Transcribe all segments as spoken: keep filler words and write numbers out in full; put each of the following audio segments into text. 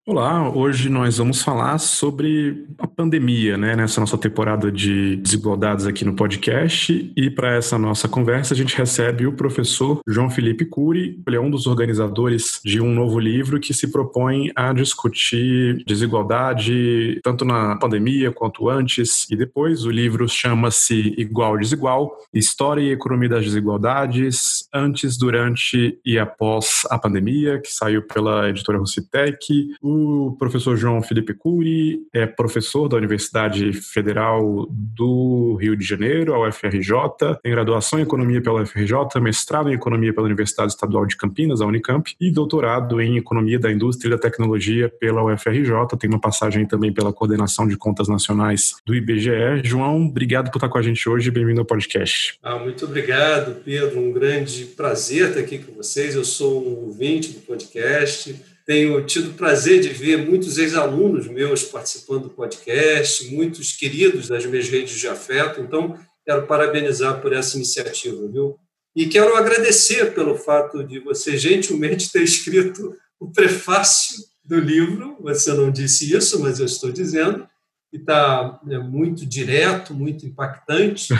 Olá, hoje nós vamos falar sobre a pandemia, né, nessa nossa temporada de desigualdades aqui no podcast. E para essa nossa conversa a gente recebe o professor João Felipe Cury. Ele é um dos organizadores de um novo livro que se propõe a discutir desigualdade tanto na pandemia quanto antes e depois. O livro chama-se Igual Desigual: História e Economia das Desigualdades antes, durante e após a pandemia, que saiu pela editora Rucitec. O professor João Felipe Cury é professor da Universidade Federal do Rio de Janeiro, a U F R J, tem graduação em Economia pela U F R J, mestrado em Economia pela Universidade Estadual de Campinas, a Unicamp, e doutorado em Economia da Indústria e da Tecnologia pela U F R J, tem uma passagem também pela Coordenação de Contas Nacionais do I B G E. João, obrigado por estar com a gente hoje e bem-vindo ao podcast. Ah, muito obrigado, Pedro, um grande prazer estar aqui com vocês. Eu sou um ouvinte do podcast. Tenho tido o prazer de ver muitos ex-alunos meus participando do podcast, muitos queridos das minhas redes de afeto. Então, quero parabenizar por essa iniciativa, viu? E quero agradecer pelo fato de você gentilmente ter escrito o prefácio do livro. Você não disse isso, mas eu estou dizendo. E está é, muito direto, muito impactante.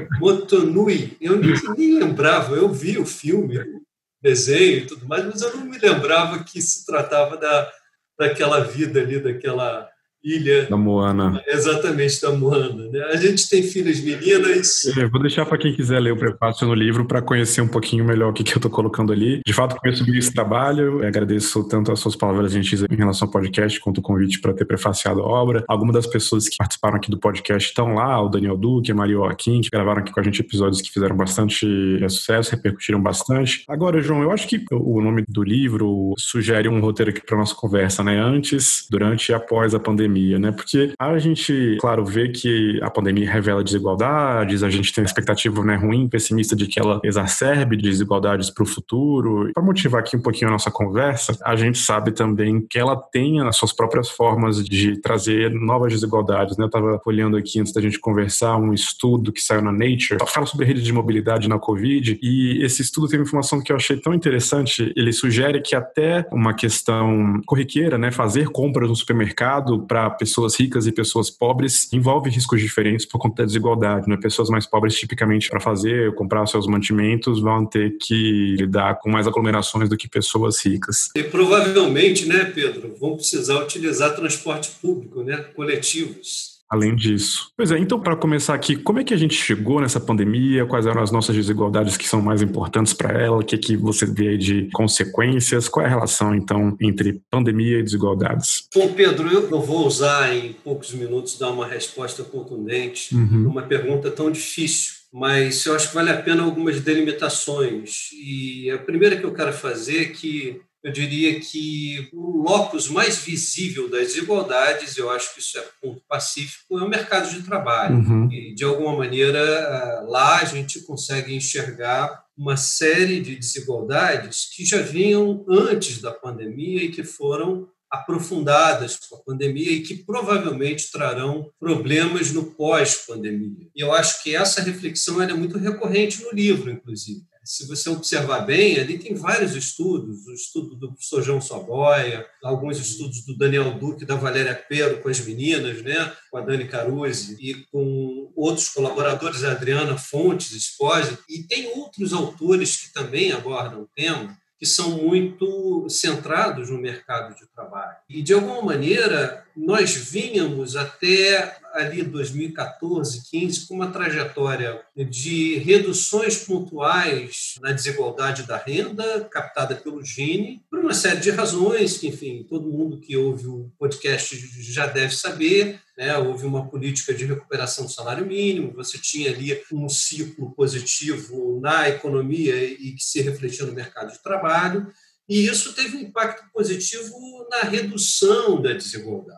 Motonui, eu nem, nem lembrava, eu vi o filme, desenho e tudo mais, mas eu não me lembrava que se tratava da, daquela vida ali, daquela ilha. Da Moana. Exatamente, da Moana. Né? A gente tem filhas meninas. Eu vou deixar para quem quiser ler o prefácio no livro para conhecer um pouquinho melhor o que, que eu estou colocando ali. De fato, conheço bem esse trabalho. Eu agradeço tanto as suas palavras gentis em relação ao podcast, quanto o convite para ter prefaciado a obra. Algumas das pessoas que participaram aqui do podcast estão lá, o Daniel Duque, a Maria Joaquim, que gravaram aqui com a gente episódios que fizeram bastante sucesso, repercutiram bastante. Agora, João, eu acho que o nome do livro sugere um roteiro aqui para nossa conversa, né? Antes, durante e após a pandemia, né? Porque a gente, claro, vê que a pandemia revela desigualdades, a gente tem uma expectativa, né, ruim, pessimista de que ela exacerbe desigualdades para o futuro. Para motivar aqui um pouquinho a nossa conversa, a gente sabe também que ela tem as suas próprias formas de trazer novas desigualdades, né? Eu estava olhando aqui antes da gente conversar um estudo que saiu na Nature, fala sobre rede de mobilidade na Covid, e esse estudo tem uma informação que eu achei tão interessante. Ele sugere que até uma questão corriqueira, né, fazer compras no supermercado para pessoas ricas e pessoas pobres envolve riscos diferentes por conta da desigualdade, né? Pessoas mais pobres, tipicamente, para fazer, comprar seus mantimentos, vão ter que lidar com mais aglomerações do que pessoas ricas. E provavelmente, né, Pedro, vão precisar utilizar transporte público, né, coletivos. Além disso. Pois é, então, para começar aqui, como é que a gente chegou nessa pandemia? Quais eram as nossas desigualdades que são mais importantes para ela? O que, que você vê aí de consequências? Qual é a relação, então, entre pandemia e desigualdades? Bom, Pedro, eu não vou usar em poucos minutos dar uma resposta contundente Uhum. numa pergunta tão difícil, mas eu acho que vale a pena algumas delimitações. E a primeira que eu quero fazer é que eu diria que o locus mais visível das desigualdades, eu acho que isso é ponto pacífico, é o mercado de trabalho. Uhum. E, de alguma maneira, lá a gente consegue enxergar uma série de desigualdades que já vinham antes da pandemia e que foram aprofundadas com a pandemia e que provavelmente trarão problemas no pós-pandemia. E eu acho que essa reflexão é muito recorrente no livro, inclusive. Se você observar bem, ali tem vários estudos, o estudo do professor João Soboia, alguns estudos do Daniel Duque e da Valéria Pero com as meninas, né, com a Dani Caruzzi, e com outros colaboradores, a Adriana Fontes, Esposa, e tem outros autores que também abordam o tema, que são muito centrados no mercado de trabalho. E, de alguma maneira, nós vínhamos até ali dois mil e catorze, quinze, com uma trajetória de reduções pontuais na desigualdade da renda, captada pelo Gini, por uma série de razões que, enfim, todo mundo que ouve o podcast já deve saber, né? Houve uma política de recuperação do salário mínimo, você tinha ali um ciclo positivo na economia e que se refletia no mercado de trabalho, e isso teve um impacto positivo na redução da desigualdade.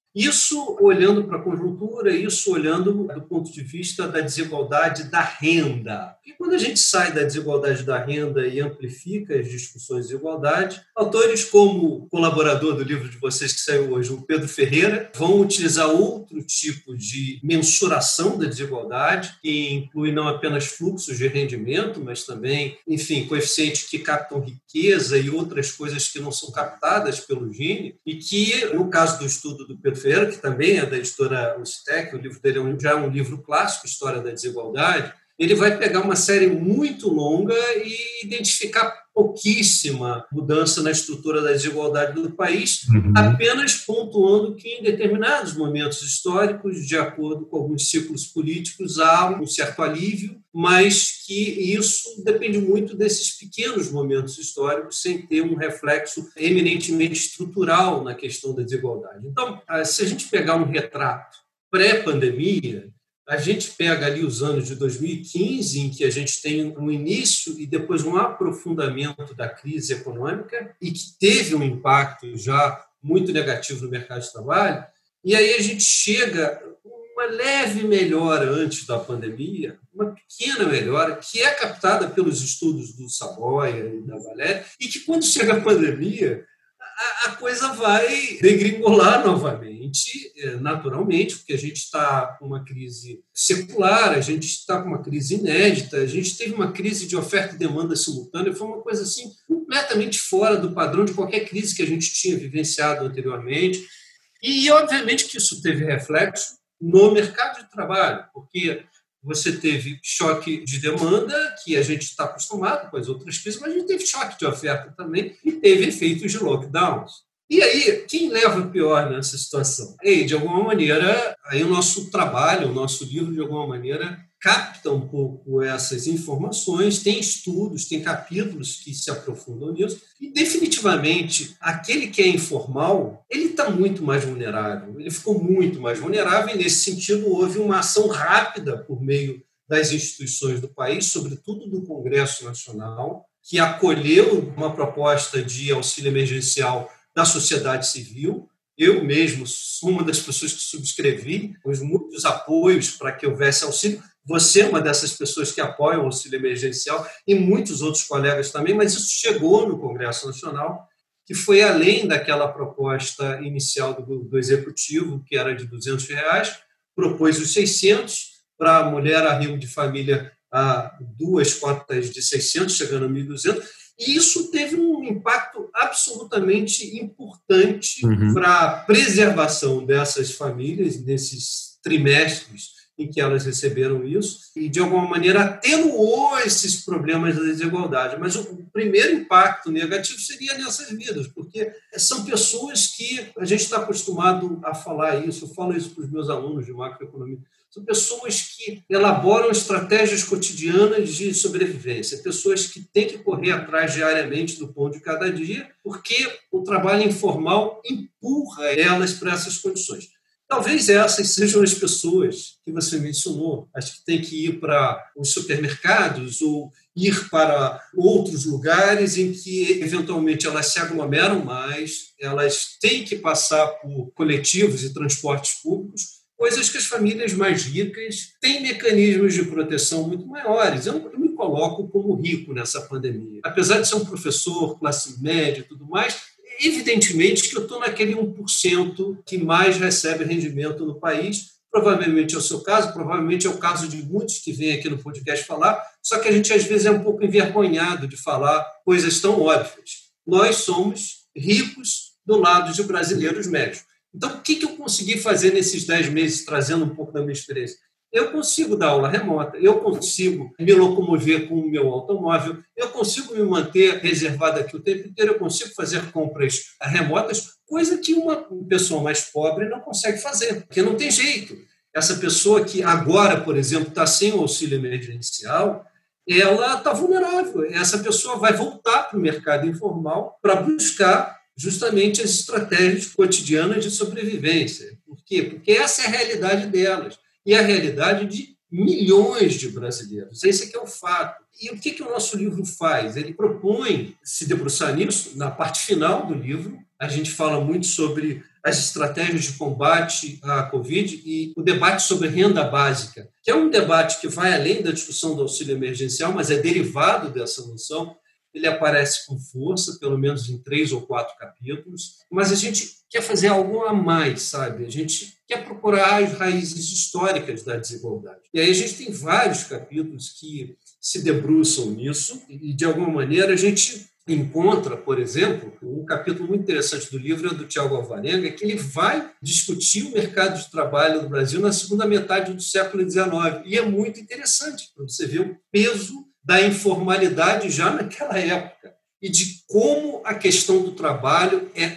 Isso olhando para a conjuntura, isso olhando do ponto de vista da desigualdade da renda. E quando a gente sai da desigualdade da renda e amplifica as discussões de igualdade, autores como o colaborador do livro de vocês que saiu hoje, o Pedro Ferreira, vão utilizar outro tipo de mensuração da desigualdade, que inclui não apenas fluxos de rendimento, mas também, enfim, coeficientes que captam riqueza e outras coisas que não são captadas pelo Gini, e que, no caso do estudo do Pedro Ferreira, que também é da editora Ucitec, o livro dele é um, já é um livro clássico, História da Desigualdade, ele vai pegar uma série muito longa e identificar pouquíssima mudança na estrutura da desigualdade do país, uhum. apenas pontuando que em determinados momentos históricos, de acordo com alguns ciclos políticos, há um certo alívio, mas que isso depende muito desses pequenos momentos históricos, sem ter um reflexo eminentemente estrutural na questão da desigualdade. Então, se a gente pegar um retrato pré-pandemia, a gente pega ali os anos de dois mil e quinze, em que a gente tem um início e depois um aprofundamento da crise econômica e que teve um impacto já muito negativo no mercado de trabalho, e aí a gente chega uma leve melhora antes da pandemia, uma pequena melhora, que é captada pelos estudos do Saboia e da Valéria, e que quando chega a pandemia, a coisa vai degringolar novamente, naturalmente, porque a gente está com uma crise secular, a gente está com uma crise inédita, a gente teve uma crise de oferta e demanda simultânea, foi uma coisa assim completamente fora do padrão de qualquer crise que a gente tinha vivenciado anteriormente. E, obviamente, que isso teve reflexo no mercado de trabalho, porque você teve choque de demanda, que a gente está acostumado com as outras crises, mas a gente teve choque de oferta também e teve efeitos de lockdowns. E aí, quem leva pior nessa situação? E, de alguma maneira, aí o nosso trabalho, o nosso livro, de alguma maneira, capta um pouco essas informações, tem estudos, tem capítulos que se aprofundam nisso, e definitivamente aquele que é informal, ele está muito mais vulnerável, ele ficou muito mais vulnerável, e nesse sentido houve uma ação rápida por meio das instituições do país, sobretudo do Congresso Nacional, que acolheu uma proposta de auxílio emergencial da sociedade civil. Eu mesmo sou uma das pessoas que subscrevi os muitos apoios para que houvesse auxílio. Você é uma dessas pessoas que apoiam o auxílio emergencial e muitos outros colegas também, mas isso chegou no Congresso Nacional, que foi além daquela proposta inicial do, do Executivo, que era de duzentos reais, propôs os seiscentos, para a mulher a arrimo de família a duas cotas de seiscentos, chegando a mil e duzentos, e isso teve um impacto absolutamente importante uhum. para a preservação dessas famílias, nesses trimestres em que elas receberam isso, e, de alguma maneira, atenuou esses problemas da desigualdade. Mas o primeiro impacto negativo seria nessas vidas, porque são pessoas que a gente está acostumado a falar isso, eu falo isso para os meus alunos de macroeconomia, são pessoas que elaboram estratégias cotidianas de sobrevivência, pessoas que têm que correr atrás diariamente do pão de cada dia, porque o trabalho informal empurra elas para essas condições. Talvez essas sejam as pessoas que você mencionou, as que têm que ir para os supermercados ou ir para outros lugares em que, eventualmente, elas se aglomeram mais, elas têm que passar por coletivos e transportes públicos, coisas que as famílias mais ricas têm mecanismos de proteção muito maiores. Eu não me coloco como rico nessa pandemia. Apesar de ser um professor, classe média e tudo mais, evidentemente que eu estou naquele um por cento que mais recebe rendimento no país. Provavelmente é o seu caso, provavelmente é o caso de muitos que vêm aqui no podcast falar, só que a gente às vezes é um pouco envergonhado de falar coisas tão óbvias. Nós somos ricos do lado de brasileiros médios. Então, o que eu consegui fazer nesses dez meses, trazendo um pouco da minha experiência? Eu consigo dar aula remota, eu consigo me locomover com o meu automóvel, eu consigo me manter reservado aqui o tempo inteiro, eu consigo fazer compras remotas, coisa que uma pessoa mais pobre não consegue fazer, porque não tem jeito. Essa pessoa que agora, por exemplo, está sem o auxílio emergencial, ela está vulnerável. Essa pessoa vai voltar para o mercado informal para buscar justamente as estratégias cotidianas de sobrevivência. Por quê? Porque essa é a realidade delas. E a realidade de milhões de brasileiros. Esse aqui é o fato. E o que, que o nosso livro faz? Ele propõe se debruçar nisso, na parte final do livro, a gente fala muito sobre as estratégias de combate à Covid e o debate sobre renda básica, que é um debate que vai além da discussão do auxílio emergencial, mas é derivado dessa noção. Ele aparece com força, pelo menos em três ou quatro capítulos, mas a gente quer fazer algo a mais, sabe? A gente quer procurar as raízes históricas da desigualdade. E aí a gente tem vários capítulos que se debruçam nisso e, de alguma maneira, a gente encontra, por exemplo, um capítulo muito interessante do livro é do Tiago Alvarenga, que ele vai discutir o mercado de trabalho no Brasil na segunda metade do século dezenove. E é muito interessante para você ver o peso da informalidade já naquela época e de como a questão do trabalho é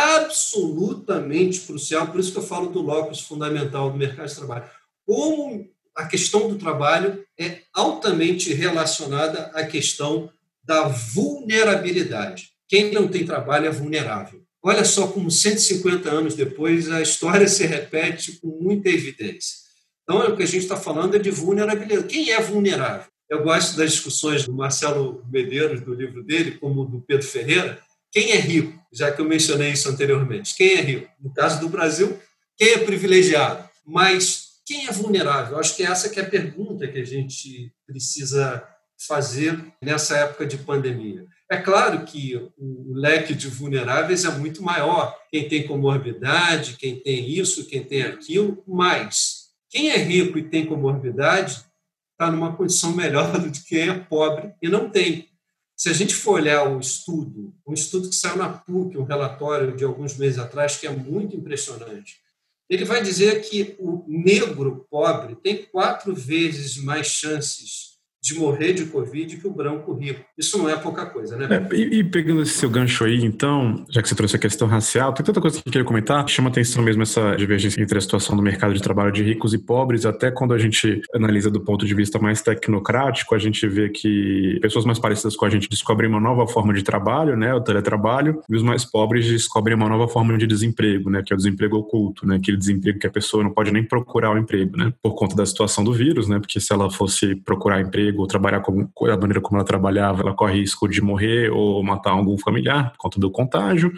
absolutamente crucial, por isso que eu falo do locus fundamental do mercado de trabalho. Como a questão do trabalho é altamente relacionada à questão da vulnerabilidade. Quem não tem trabalho é vulnerável. Olha só como cento e cinquenta anos depois a história se repete com muita evidência. Então, o que a gente está falando é de vulnerabilidade. Quem é vulnerável? Eu gosto das discussões do Marcelo Medeiros, do livro dele, como do Pedro Ferreira. Quem é rico? Já que eu mencionei isso anteriormente. Quem é rico? No caso do Brasil, quem é privilegiado? Mas quem é vulnerável? Eu acho que essa que é a pergunta que a gente precisa fazer nessa época de pandemia. É claro que o leque de vulneráveis é muito maior. Quem tem comorbidade, quem tem isso, quem tem aquilo, mas quem é rico e tem comorbidade está numa condição melhor do que quem é pobre e não tem. Se a gente for olhar o estudo, um estudo que saiu na P U C, um relatório de alguns meses atrás, que é muito impressionante, ele vai dizer que o negro pobre tem quatro vezes mais chances de morrer de Covid que o branco rico. Isso não é pouca coisa, né? É, e, e pegando esse seu gancho aí, então, já que você trouxe a questão racial, tem tanta coisa que eu queria comentar, chama atenção mesmo essa divergência entre a situação do mercado de trabalho de ricos e pobres, até quando a gente analisa do ponto de vista mais tecnocrático, a gente vê que pessoas mais parecidas com a gente descobrem uma nova forma de trabalho, né, o teletrabalho, e os mais pobres descobrem uma nova forma de desemprego, né, que é o desemprego oculto, né, aquele desemprego que a pessoa não pode nem procurar o emprego, né, por conta da situação do vírus, né, porque se ela fosse procurar emprego ou trabalhar como, da maneira como ela trabalhava, ela corre risco de morrer ou matar algum familiar por conta do contágio,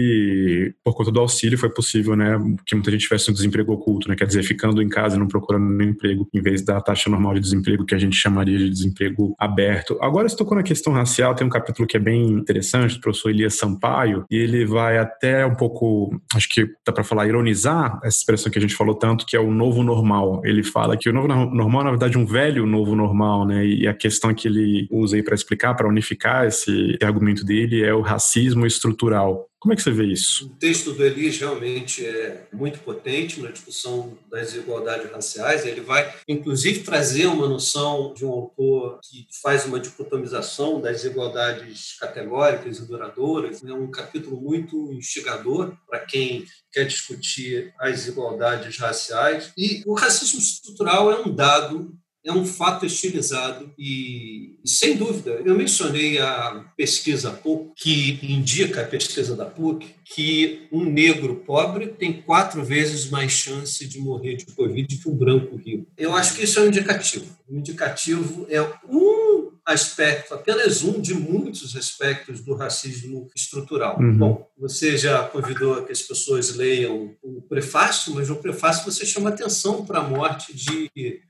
e por conta do auxílio foi possível, né, que muita gente tivesse um desemprego oculto, né, quer dizer, ficando em casa e não procurando nenhum emprego, em vez da taxa normal de desemprego que a gente chamaria de desemprego aberto. Agora, se tocou na questão racial, tem um capítulo que é bem interessante, do professor Elias Sampaio, e ele vai até um pouco, acho que dá para falar, ironizar essa expressão que a gente falou tanto, que é o novo normal. Ele fala que o novo normal é, na verdade, um velho novo normal, né, e a questão que ele usa aí para explicar, para unificar esse argumento dele é o racismo estrutural. Como é que você vê isso? O texto do Elias realmente é muito potente na discussão das desigualdades raciais. Ele vai, inclusive, trazer uma noção de um autor que faz uma dicotomização das desigualdades categóricas e duradouras. É um capítulo muito instigador para quem quer discutir as desigualdades raciais. E o racismo estrutural é um dado, é um fato estilizado e, sem dúvida, eu mencionei a pesquisa há pouco, que indica, a pesquisa da P U C, que um negro pobre tem quatro vezes mais chance de morrer de Covid que um branco rico. Eu acho que isso é um indicativo. Um indicativo é um aspecto, apenas um de muitos aspectos do racismo estrutural. Uhum. Bom, você já convidou que as pessoas leiam o prefácio, mas no prefácio você chama atenção para a morte de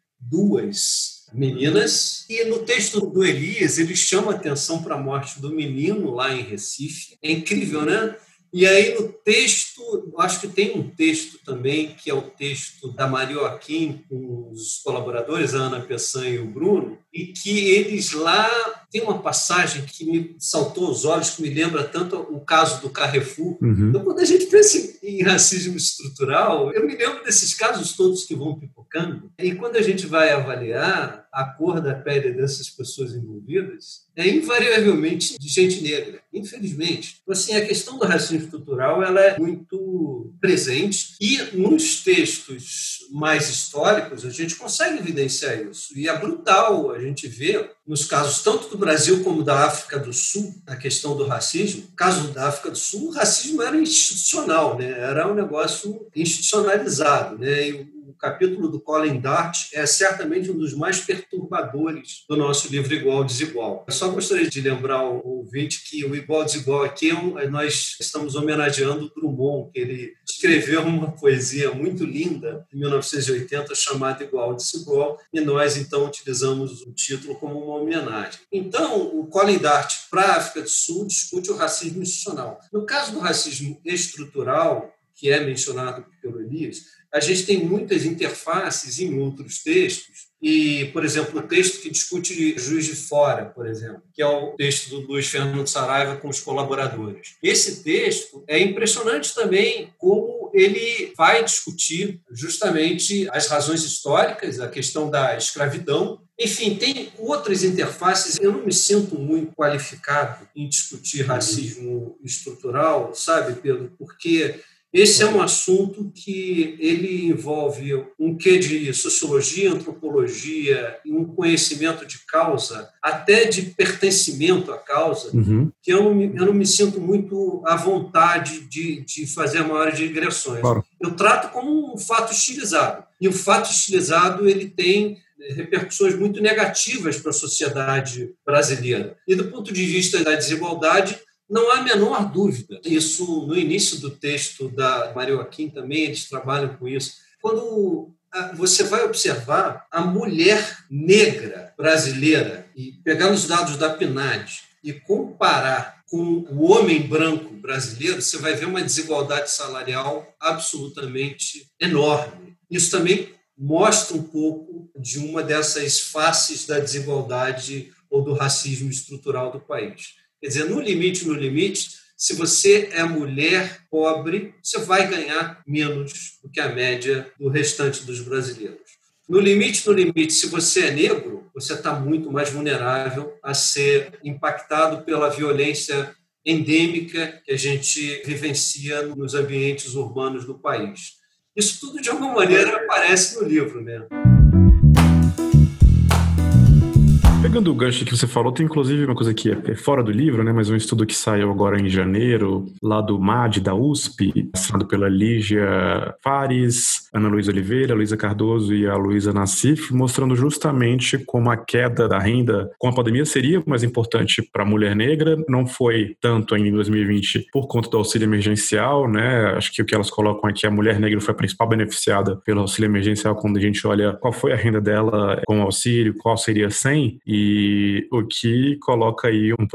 duas meninas, e no texto do Elias ele chama atenção para a morte do menino lá em Recife. É incrível, né? E aí no texto, eu acho que tem um texto também, que é o texto da Maria Joaquim com os colaboradores, a Ana Pessan e o Bruno, e que eles lá, tem uma passagem que me saltou aos olhos, que me lembra tanto o caso do Carrefour. Uhum. Então, quando a gente pensa em racismo estrutural, eu me lembro desses casos todos que vão pipocando, e quando a gente vai avaliar a cor da pele dessas pessoas envolvidas, é invariavelmente de gente negra, infelizmente. Então, assim, a questão do racismo estrutural ela é muito presente, e nos textos mais históricos a gente consegue evidenciar isso, e é brutal a gente vê nos casos tanto do Brasil como da África do Sul, a questão do racismo. No caso da África do Sul, o racismo era institucional, né? Era um negócio institucionalizado, né? E capítulo do Colin Dart é certamente um dos mais perturbadores do nosso livro Igual Desigual. Eu só gostaria de lembrar ao ouvinte que o Igual Desigual aqui, nós estamos homenageando Drummond, que ele escreveu uma poesia muito linda, em mil novecentos e oitenta, chamada Igual Desigual, e nós, então, utilizamos o título como uma homenagem. Então, o Colin Dart, para a África do Sul, discute o racismo institucional. No caso do racismo estrutural, que é mencionado pelo Elias, a gente tem muitas interfaces em outros textos, e, por exemplo, o texto que discute Juiz de Fora, por exemplo, que é o texto do Luiz Fernando Saraiva com os colaboradores. Esse texto é impressionante também como ele vai discutir justamente as razões históricas, a questão da escravidão. Enfim, tem outras interfaces. Eu não me sinto muito qualificado em discutir racismo estrutural, sabe, Pedro? Porque esse é um assunto que ele envolve um quê de sociologia, antropologia e um conhecimento de causa, até de pertencimento à causa, uhum. que eu não, eu não me sinto muito à vontade de, de fazer maiores digressões. Claro. Eu trato como um fato estilizado. E o fato estilizado ele tem repercussões muito negativas para a sociedade brasileira. E do ponto de vista da desigualdade, não há a menor dúvida. Isso, no início do texto da Maria Joaquim também, eles trabalham com isso. Quando você vai observar a mulher negra brasileira e pegar os dados da P N A D e comparar com o homem branco brasileiro, você vai ver uma desigualdade salarial absolutamente enorme. Isso também mostra um pouco de uma dessas faces da desigualdade ou do racismo estrutural do país. Quer dizer, no limite, no limite, se você é mulher pobre, você vai ganhar menos do que a média do restante dos brasileiros. No limite, no limite, se você é negro, você está muito mais vulnerável a ser impactado pela violência endêmica que a gente vivencia nos ambientes urbanos do país. Isso tudo, de alguma maneira, aparece no livro, né? Pegando o gancho que você falou, tem inclusive uma coisa que é fora do livro, né, mas um estudo que saiu agora em janeiro, lá do M A D, da U S P, assinado pela Lígia Fares, Ana Luísa Oliveira, Luísa Cardoso e a Luísa Nassif, mostrando justamente como a queda da renda com a pandemia seria mais importante para a mulher negra. Não foi tanto em dois mil e vinte por conta do auxílio emergencial, né? Acho que o que elas colocam é que a mulher negra foi a principal beneficiada pelo auxílio emergencial quando a gente olha qual foi a renda dela com o auxílio, qual seria sem. E o que coloca aí um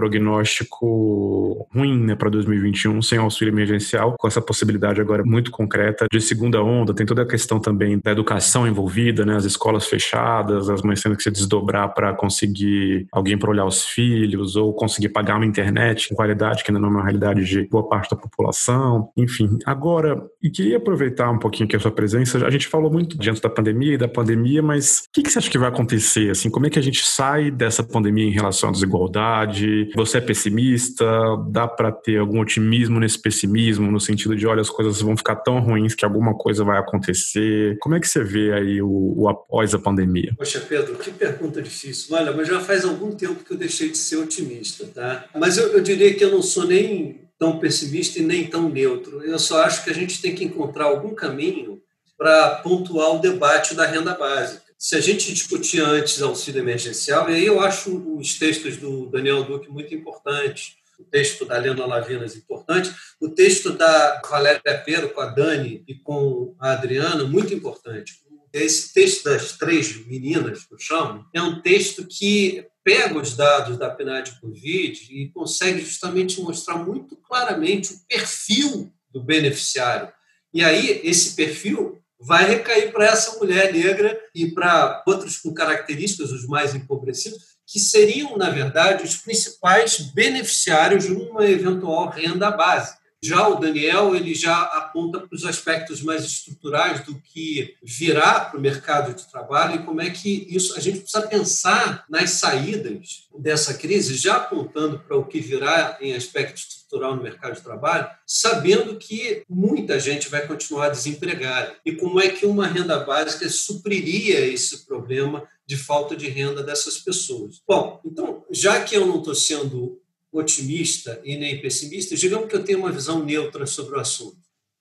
prognóstico ruim, né, para dois mil e vinte e um sem auxílio emergencial, com essa possibilidade agora muito concreta de segunda onda. Tem toda a questão também da educação envolvida, né, as escolas fechadas, as mães tendo que se desdobrar para conseguir alguém para olhar os filhos ou conseguir pagar uma internet em qualidade, que ainda não é uma realidade de boa parte da população. Enfim, agora, e queria aproveitar um pouquinho aqui a sua presença. A gente falou muito diante da pandemia e da pandemia, mas o que, que você acha que vai acontecer? Assim, como é que a gente sai dessa pandemia em relação à desigualdade? Você é pessimista? Dá para ter algum otimismo nesse pessimismo, no sentido de, olha, as coisas vão ficar tão ruins que alguma coisa vai acontecer? Como é que você vê aí o, o após a pandemia? Poxa, Pedro, que pergunta difícil. Olha, mas já faz algum tempo que eu deixei de ser otimista, tá? Mas eu, eu diria que eu não sou nem tão pessimista e nem tão neutro. Eu só acho que a gente tem que encontrar algum caminho para pontuar o debate da renda básica. Se a gente discutir antes auxílio emergencial, e aí eu acho os textos do Daniel Duque muito importantes, o texto da Helena Lavinas importante, o texto da Valéria Pepero com a Dani e com a Adriana muito importante. Esse texto das três meninas, que eu chamo, é um texto que pega os dados da P N A D Covid e consegue justamente mostrar muito claramente o perfil do beneficiário. E aí, esse perfil vai recair para essa mulher negra e para outros com características, os mais empobrecidos, que seriam, na verdade, os principais beneficiários de uma eventual renda básica. Já o Daniel ele já aponta para os aspectos mais estruturais do que virá para o mercado de trabalho e como é que isso a gente precisa pensar nas saídas dessa crise, já apontando para o que virá em aspecto estrutural no mercado de trabalho, sabendo que muita gente vai continuar desempregada e como é que uma renda básica supriria esse problema de falta de renda dessas pessoas. Bom, então, já que eu não estou sendo otimista e nem pessimista, digamos que eu tenho uma visão neutra sobre o assunto.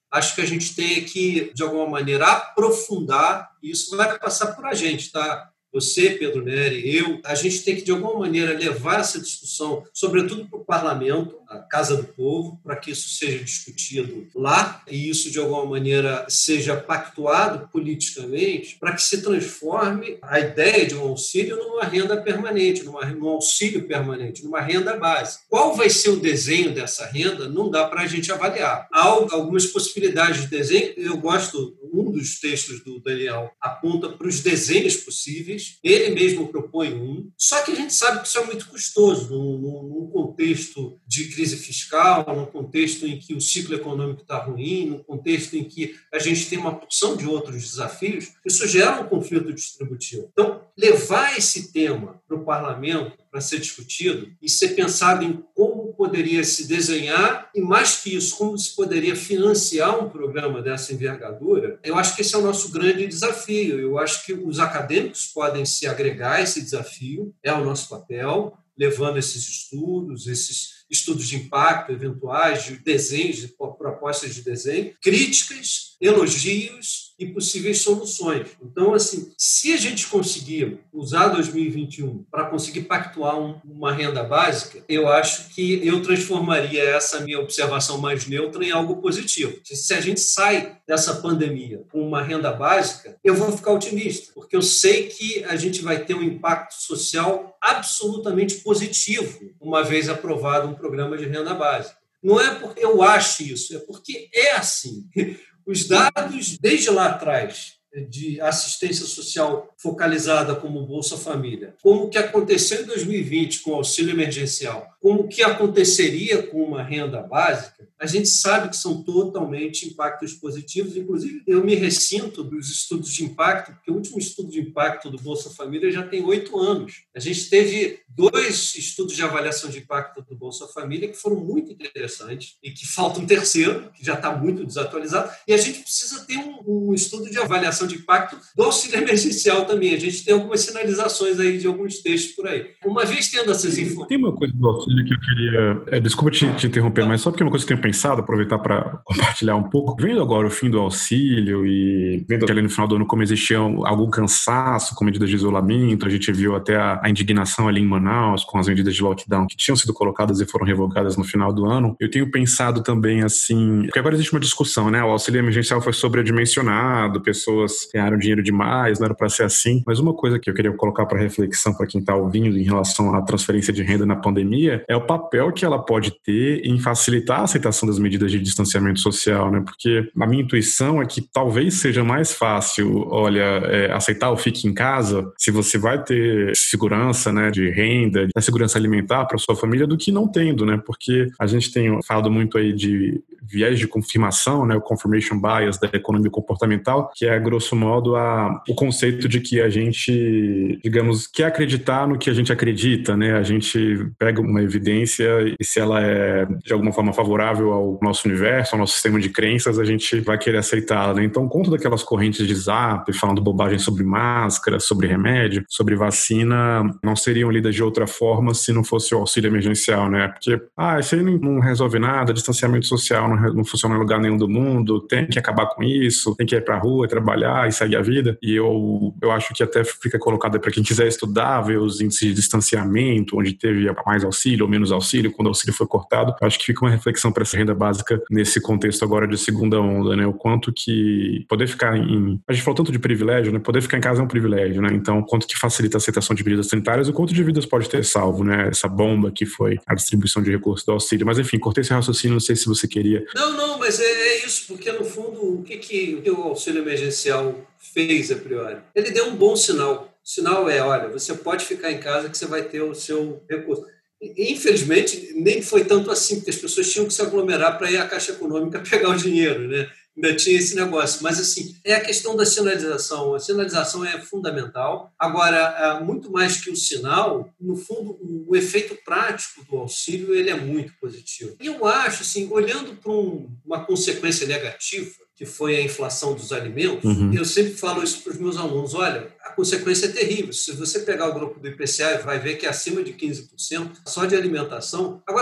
acho que a gente tem que, de alguma maneira, aprofundar, e isso vai passar por a gente, tá? Você, Pedro Neri, eu, a gente tem que, de alguma maneira, levar essa discussão, sobretudo para o parlamento, a Casa do Povo, para que isso seja discutido lá e isso, de alguma maneira, seja pactuado politicamente, para que se transforme a ideia de um auxílio numa renda permanente, numa, num auxílio permanente, numa renda básica. Qual vai ser o desenho dessa renda? Não dá para a gente avaliar. Há algumas possibilidades de desenho. Eu gosto, um dos textos do Daniel aponta para os desenhos possíveis. Ele mesmo propõe um, só que a gente sabe que isso é muito custoso num, num contexto de crise fiscal, num contexto em que o ciclo econômico está ruim, num contexto em que a gente tem uma porção de outros desafios, isso gera um conflito distributivo. Então, levar esse tema para o parlamento para ser discutido e ser pensado em como poderia se desenhar e, mais que isso, como se poderia financiar um programa dessa envergadura, eu acho que esse é o nosso grande desafio. Eu acho que os acadêmicos podem se agregar a esse desafio, é o nosso papel, levando esses estudos, esses estudos de impacto eventuais, de desenhos, de propostas de desenho, críticas, elogios e possíveis soluções. Então, assim, se a gente conseguir usar dois mil e vinte e um para conseguir pactuar um, uma renda básica, eu acho que eu transformaria essa minha observação mais neutra em algo positivo. Se a gente sai dessa pandemia com uma renda básica, eu vou ficar otimista, porque eu sei que a gente vai ter um impacto social absolutamente positivo, uma vez aprovado um programa de renda básica. Não é porque eu acho isso, é porque é assim. Os dados, desde lá atrás, de assistência social focalizada como Bolsa Família, como o que aconteceu em dois mil e vinte com o auxílio emergencial, como o que aconteceria com uma renda básica, a gente sabe que são totalmente impactos positivos. Inclusive, eu me ressinto dos estudos de impacto, porque o último estudo de impacto do Bolsa Família já tem oito anos. A gente teve dois estudos de avaliação de impacto do Bolsa Família que foram muito interessantes e que falta um terceiro, que já está muito desatualizado, e a gente precisa ter um, um estudo de avaliação de impacto do auxílio emergencial também. A gente tem algumas sinalizações aí de alguns textos por aí. Uma vez tendo essas informações... Tem uma coisa do auxílio que eu queria... É, desculpa te, te interromper, mas só porque é uma coisa que eu tenho pensado, aproveitar para compartilhar um pouco. Vendo agora o fim do auxílio e vendo que ali no final do ano como existia algum cansaço com medidas de isolamento, a gente viu até a, a indignação ali em Manaus com as medidas de lockdown que tinham sido colocadas e foram revogadas no final do ano. Eu tenho pensado também assim... Porque agora existe uma discussão, né? O auxílio emergencial foi sobredimensionado, pessoas ganharam dinheiro demais, não era para ser assim. Mas uma coisa que eu queria colocar para reflexão para quem está ouvindo em relação à transferência de renda na pandemia é o papel que ela pode ter em facilitar a aceitação das medidas de distanciamento social, né? Porque a minha intuição é que talvez seja mais fácil, olha, é, aceitar o fique em casa se você vai ter segurança, né, de renda, de segurança alimentar para sua família do que não tendo, né? Porque a gente tem falado muito aí de viés de confirmação, né, o confirmation bias da economia comportamental, que é, grosso modo, a, o conceito de que a gente, digamos, quer acreditar no que a gente acredita, né? A gente pega uma evidência e se ela é, de alguma forma, favorável ao nosso universo, ao nosso sistema de crenças, a gente vai querer aceitá-la, né? Então, conta daquelas correntes de zap, falando bobagem sobre máscara, sobre remédio, sobre vacina, não seriam lidas de outra forma se não fosse o auxílio emergencial, né? Porque, ah, isso aí não, não resolve nada, distanciamento social não, não funciona em lugar nenhum do mundo, tem que acabar com isso, tem que ir pra rua, trabalhar e seguir a vida. E eu, eu acho que até fica colocado para quem quiser estudar, ver os índices de distanciamento, onde teve mais auxílio ou menos auxílio, quando o auxílio foi cortado. Eu acho que fica uma reflexão para essa renda básica nesse contexto agora de segunda onda, né? O quanto que poder ficar em... A gente falou tanto de privilégio, né? Poder ficar em casa é um privilégio, né? Então, o quanto que facilita a aceitação de medidas sanitárias e o quanto de vidas pode ter salvo, né? Essa bomba que foi a distribuição de recursos do auxílio. Mas, enfim, cortei esse raciocínio, não sei se você queria... Não, não, mas é, é isso, porque, no fundo, o que, que, o, que o auxílio emergencial fez a priori? Ele deu um bom sinal. O sinal é, olha, você pode ficar em casa que você vai ter o seu recurso. E, infelizmente, nem foi tanto assim, porque as pessoas tinham que se aglomerar para ir à Caixa Econômica pegar o dinheiro, né? Ainda tinha esse negócio. Mas, assim, é a questão da sinalização. A sinalização é fundamental. Agora, muito mais que o sinal, no fundo, o efeito prático do auxílio ele é muito positivo. E eu acho, assim, olhando para um, uma consequência negativa, que foi a inflação dos alimentos, uhum. Eu sempre falo isso para os meus alunos, olha, a consequência é terrível. Se você pegar o grupo do I P C A, vai ver que é acima de quinze por cento só de alimentação. Agora,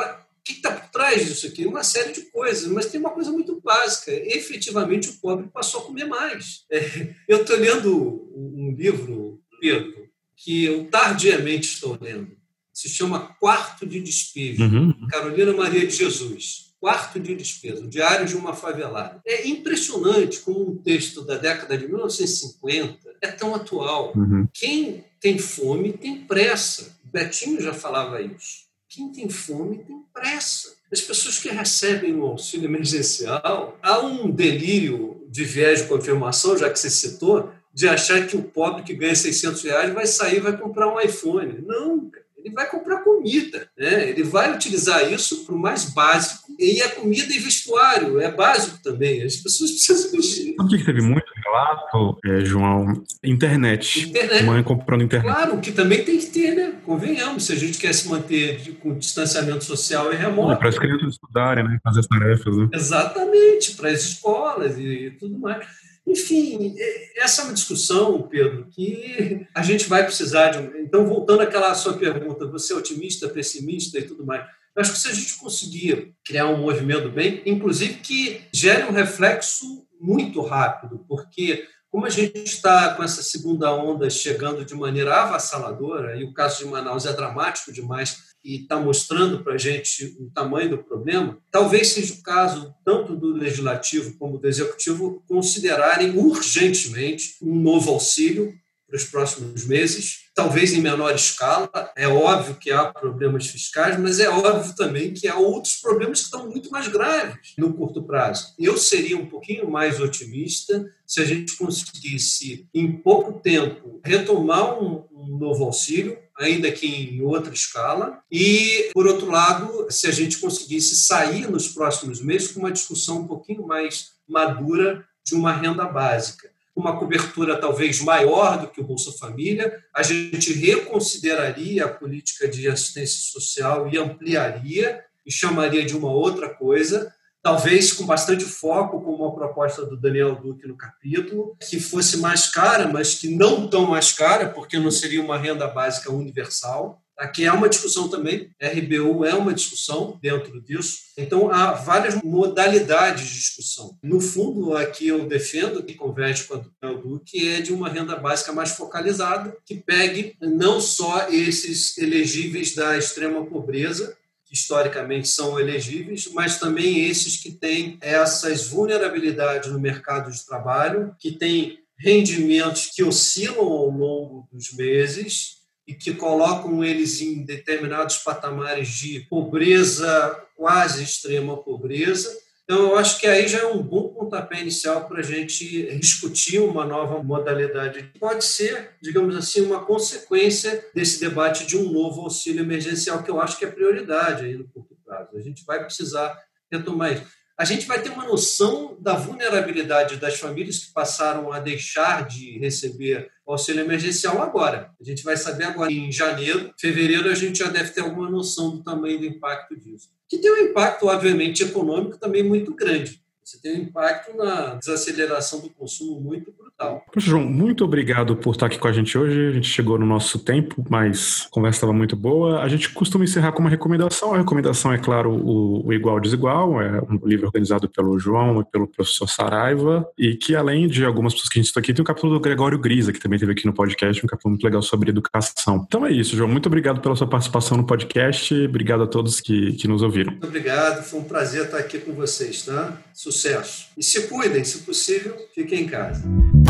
que está por trás disso aqui? Uma série de coisas, mas tem uma coisa muito básica. Efetivamente, o pobre passou a comer mais. É, eu estou lendo um livro, Pedro, que eu tardiamente estou lendo. Se chama Quarto de Despejo, uhum. Carolina Maria de Jesus. Quarto de Despejo, o Diário de uma Favelada. É impressionante como um texto da década de mil novecentos e cinquenta é tão atual. Uhum. Quem tem fome tem pressa. O Betinho já falava isso. Quem tem fome tem pressa. As pessoas que recebem o auxílio emergencial, há um delírio de viés de confirmação, já que você citou, de achar que o pobre que ganha seiscentos reais vai sair e vai comprar um iPhone. Não, cara. Ele vai comprar comida, né? Ele vai utilizar isso para o mais básico, e a comida e vestuário é básico também. As pessoas precisam mexer. Sabe o que teve muito relato, é, João? Internet. Internet. Mãe comprando internet. Claro, que também tem que ter, né? Convenhamos, se a gente quer se manter de, com distanciamento social e remoto. É, para as crianças estudarem, né? Fazer as tarefas. Né? Exatamente, para as escolas e, e tudo mais. Enfim, essa é uma discussão, Pedro, que a gente vai precisar de... Então, voltando àquela sua pergunta, você é otimista, pessimista e tudo mais, eu acho que se a gente conseguir criar um movimento bem, inclusive que gere um reflexo muito rápido, porque como a gente está com essa segunda onda chegando de maneira avassaladora, e o caso de Manaus é dramático demais, e está mostrando para a gente o tamanho do problema, talvez seja o caso tanto do Legislativo como do Executivo considerarem urgentemente um novo auxílio para os próximos meses, talvez em menor escala. É óbvio que há problemas fiscais, mas é óbvio também que há outros problemas que estão muito mais graves no curto prazo. Eu seria um pouquinho mais otimista se a gente conseguisse, em pouco tempo, retomar um, um novo auxílio, ainda que em outra escala, e, por outro lado, se a gente conseguisse sair nos próximos meses com uma discussão um pouquinho mais madura de uma renda básica. Uma cobertura talvez maior do que o Bolsa Família, a gente reconsideraria a política de assistência social e ampliaria e chamaria de uma outra coisa, talvez com bastante foco, como a proposta do Daniel Duque no capítulo, que fosse mais cara, mas que não tão mais cara, porque não seria uma renda básica universal. Aqui é uma discussão também, R B U é uma discussão dentro disso. Então, há várias modalidades de discussão. No fundo, aqui eu defendo, que converge com a do Daniel Duque, é de uma renda básica mais focalizada, que pegue não só esses elegíveis da extrema pobreza, que historicamente são elegíveis, mas também esses que têm essas vulnerabilidades no mercado de trabalho, que têm rendimentos que oscilam ao longo dos meses e que colocam eles em determinados patamares de pobreza, quase extrema pobreza. Então, eu acho que aí já é um bom pontapé inicial para a gente discutir uma nova modalidade. Pode ser, digamos assim, uma consequência desse debate de um novo auxílio emergencial, que eu acho que é prioridade aí no curto prazo. A gente vai precisar retomar isso. A gente vai ter uma noção da vulnerabilidade das famílias que passaram a deixar de receber o auxílio emergencial agora. A gente vai saber agora, em janeiro, fevereiro, a gente já deve ter alguma noção do tamanho do impacto disso. Que tem um impacto, obviamente, econômico também muito grande. Você tem um impacto na desaceleração do consumo muito brutal. Poxa, João, muito obrigado por estar aqui com a gente hoje. A gente chegou no nosso tempo, mas a conversa estava muito boa. A gente costuma encerrar com uma recomendação. A recomendação é, claro, o, o Igual Desigual. É um livro organizado pelo João e pelo professor Saraiva. E que, além de algumas pessoas que a gente citou aqui, tem o capítulo do Gregório Grisa, que também teve aqui no podcast, um capítulo muito legal sobre educação. Então é isso, João. Muito obrigado pela sua participação no podcast. Obrigado a todos que, que nos ouviram. Muito obrigado. Foi um prazer estar aqui com vocês, tá? Sucesso. E se cuidem, se possível, fiquem em casa.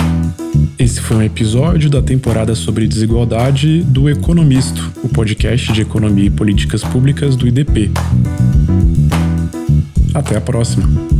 Esse foi um episódio da temporada sobre desigualdade do Economisto, o podcast de economia e políticas públicas do I D P. Até a próxima.